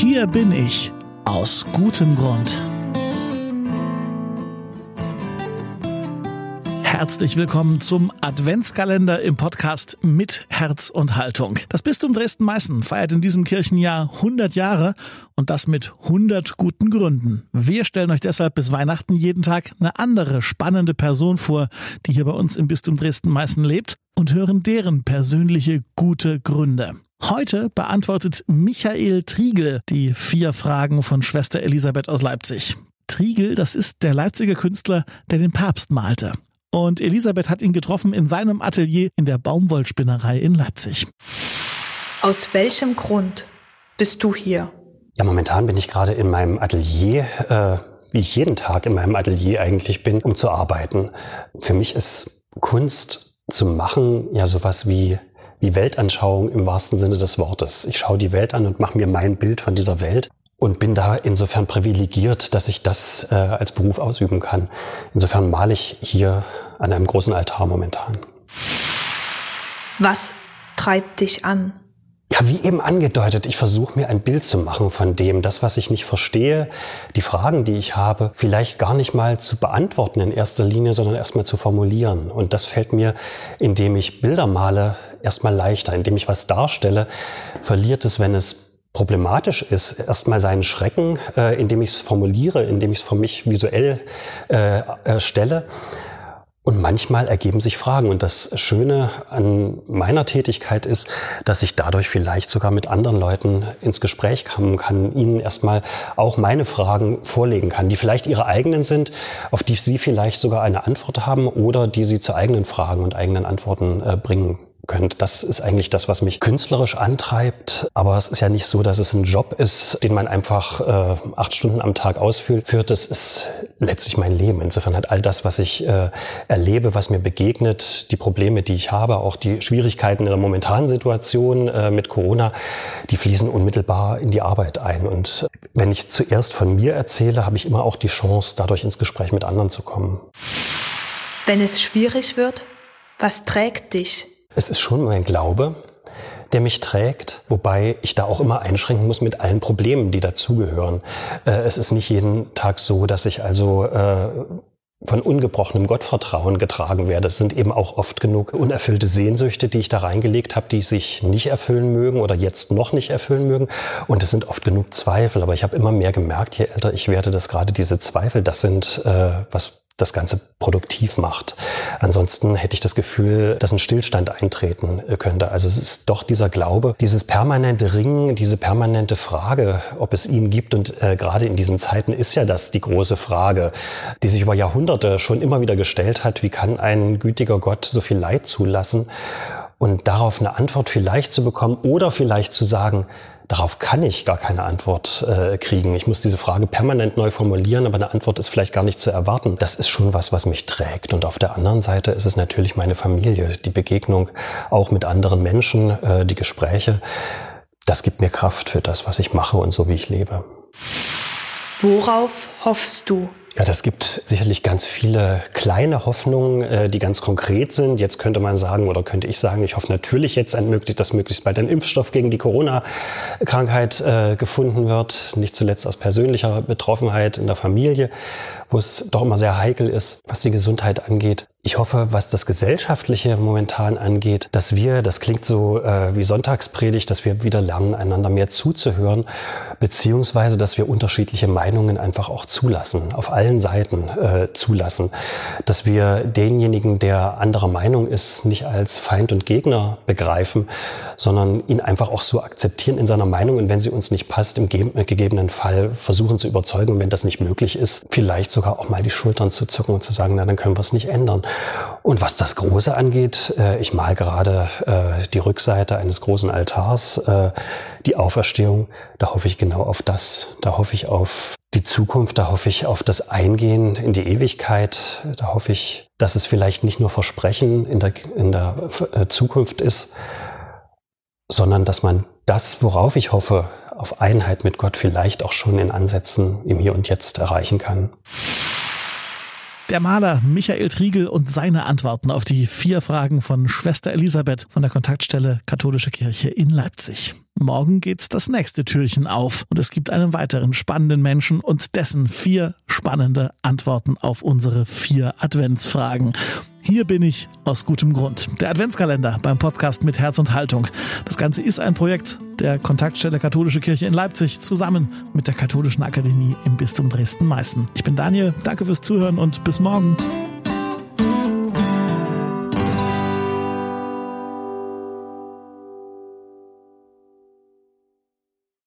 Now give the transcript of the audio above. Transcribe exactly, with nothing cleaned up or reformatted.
Hier bin ich, aus gutem Grund. Herzlich willkommen zum Adventskalender im Podcast mit Herz und Haltung. Das Bistum Dresden-Meißen feiert in diesem Kirchenjahr hundert Jahre und das mit hundert guten Gründen. Wir stellen euch deshalb bis Weihnachten jeden Tag eine andere spannende Person vor, die hier bei uns im Bistum Dresden-Meißen lebt, und hören deren persönliche gute Gründe. Heute beantwortet Michael Triegel die vier Fragen von Schwester Elisabeth aus Leipzig. Triegel, das ist der Leipziger Künstler, der den Papst malte. Und Elisabeth hat ihn getroffen in seinem Atelier in der Baumwollspinnerei in Leipzig. Aus welchem Grund bist du hier? Ja, momentan bin ich gerade in meinem Atelier, äh, wie ich jeden Tag in meinem Atelier eigentlich bin, um zu arbeiten. Für mich ist Kunst zu machen ja sowas wie, wie Weltanschauung im wahrsten Sinne des Wortes. Ich schaue die Welt an und mache mir mein Bild von dieser Welt. Und bin da insofern privilegiert, dass ich das äh, als Beruf ausüben kann. Insofern male ich hier an einem großen Altar momentan. Was treibt dich an? Ja, wie eben angedeutet, ich versuche mir ein Bild zu machen von dem, das, was ich nicht verstehe, die Fragen, die ich habe, vielleicht gar nicht mal zu beantworten in erster Linie, sondern erstmal zu formulieren. Und das fällt mir, indem ich Bilder male, erstmal leichter. Indem ich was darstelle, verliert es, wenn es problematisch ist, erstmal seinen Schrecken, äh, indem ich es formuliere, indem ich es für mich visuell äh, äh, stelle. Und manchmal ergeben sich Fragen. Und das Schöne an meiner Tätigkeit ist, dass ich dadurch vielleicht sogar mit anderen Leuten ins Gespräch kommen kann, ihnen erstmal auch meine Fragen vorlegen kann, die vielleicht ihre eigenen sind, auf die sie vielleicht sogar eine Antwort haben oder die sie zu eigenen Fragen und eigenen Antworten äh, bringen könnt. Das ist eigentlich das, was mich künstlerisch antreibt. Aber es ist ja nicht so, dass es ein Job ist, den man einfach äh, acht Stunden am Tag ausführt. Das ist letztlich mein Leben. Insofern hat all das, was ich äh, erlebe, was mir begegnet, die Probleme, die ich habe, auch die Schwierigkeiten in der momentanen Situation äh, mit Corona, die fließen unmittelbar in die Arbeit ein. Und wenn ich zuerst von mir erzähle, habe ich immer auch die Chance, dadurch ins Gespräch mit anderen zu kommen. Wenn es schwierig wird, was trägt dich? Es ist schon mein Glaube, der mich trägt, wobei ich da auch immer einschränken muss mit allen Problemen, die dazugehören. Äh, es ist nicht jeden Tag so, dass ich also äh, von ungebrochenem Gottvertrauen getragen werde. Es sind eben auch oft genug unerfüllte Sehnsüchte, die ich da reingelegt habe, die sich nicht erfüllen mögen oder jetzt noch nicht erfüllen mögen. Und es sind oft genug Zweifel. Aber ich habe immer mehr gemerkt, je älter ich werde, dass gerade diese Zweifel das sind, äh, was das Ganze produktiv macht. Ansonsten hätte ich das Gefühl, dass ein Stillstand eintreten könnte. Also es ist doch dieser Glaube, dieses permanente Ringen, diese permanente Frage, ob es ihn gibt. Und äh, gerade in diesen Zeiten ist ja das die große Frage, die sich über Jahrhunderte schon immer wieder gestellt hat. Wie kann ein gütiger Gott so viel Leid zulassen? Und darauf eine Antwort vielleicht zu bekommen oder vielleicht zu sagen, darauf kann ich gar keine Antwort äh, kriegen. Ich muss diese Frage permanent neu formulieren, aber eine Antwort ist vielleicht gar nicht zu erwarten. Das ist schon was, was mich trägt. Und auf der anderen Seite ist es natürlich meine Familie, die Begegnung auch mit anderen Menschen, äh, die Gespräche. Das gibt mir Kraft für das, was ich mache und so, wie ich lebe. Worauf hoffst du? Ja, das gibt sicherlich ganz viele kleine Hoffnungen, die ganz konkret sind. Jetzt könnte man sagen oder könnte ich sagen, ich hoffe natürlich jetzt, dass möglichst bald ein Impfstoff gegen die Corona-Krankheit äh, gefunden wird. Nicht zuletzt aus persönlicher Betroffenheit in der Familie, wo es doch immer sehr heikel ist, was die Gesundheit angeht. Ich hoffe, was das Gesellschaftliche momentan angeht, dass wir, das klingt so äh, wie Sonntagspredigt, dass wir wieder lernen, einander mehr zuzuhören, beziehungsweise, dass wir unterschiedliche Meinungen einfach auch zulassen, auf allen Seiten äh, zulassen. Dass wir denjenigen, der anderer Meinung ist, nicht als Feind und Gegner begreifen, sondern ihn einfach auch so akzeptieren in seiner Meinung und wenn sie uns nicht passt, im ge- gegebenen Fall versuchen zu überzeugen und wenn das nicht möglich ist, vielleicht sogar auch mal die Schultern zu zucken und zu sagen, na, dann können wir es nicht ändern. Und was das Große angeht, äh, ich mal gerade äh, die Rückseite eines großen Altars, äh, die Auferstehung, da hoffe ich genau auf das. Da hoffe ich auf die Zukunft, da hoffe ich auf das Eingehen in die Ewigkeit. Da hoffe ich, dass es vielleicht nicht nur Versprechen in der, in der äh, Zukunft ist, sondern dass man das, worauf ich hoffe, auf Einheit mit Gott vielleicht auch schon in Ansätzen im Hier und Jetzt erreichen kann. Der Maler Michael Triegel und seine Antworten auf die vier Fragen von Schwester Elisabeth von der Kontaktstelle Katholische Kirche in Leipzig. Morgen geht das nächste Türchen auf und es gibt einen weiteren spannenden Menschen und dessen vier spannende Antworten auf unsere vier Adventsfragen. Hier bin ich aus gutem Grund. Der Adventskalender beim Podcast mit Herz und Haltung. Das Ganze ist ein Projekt der Kontaktstelle Katholische Kirche in Leipzig zusammen mit der Katholischen Akademie im Bistum Dresden-Meißen. Ich bin Daniel, danke fürs Zuhören und bis morgen.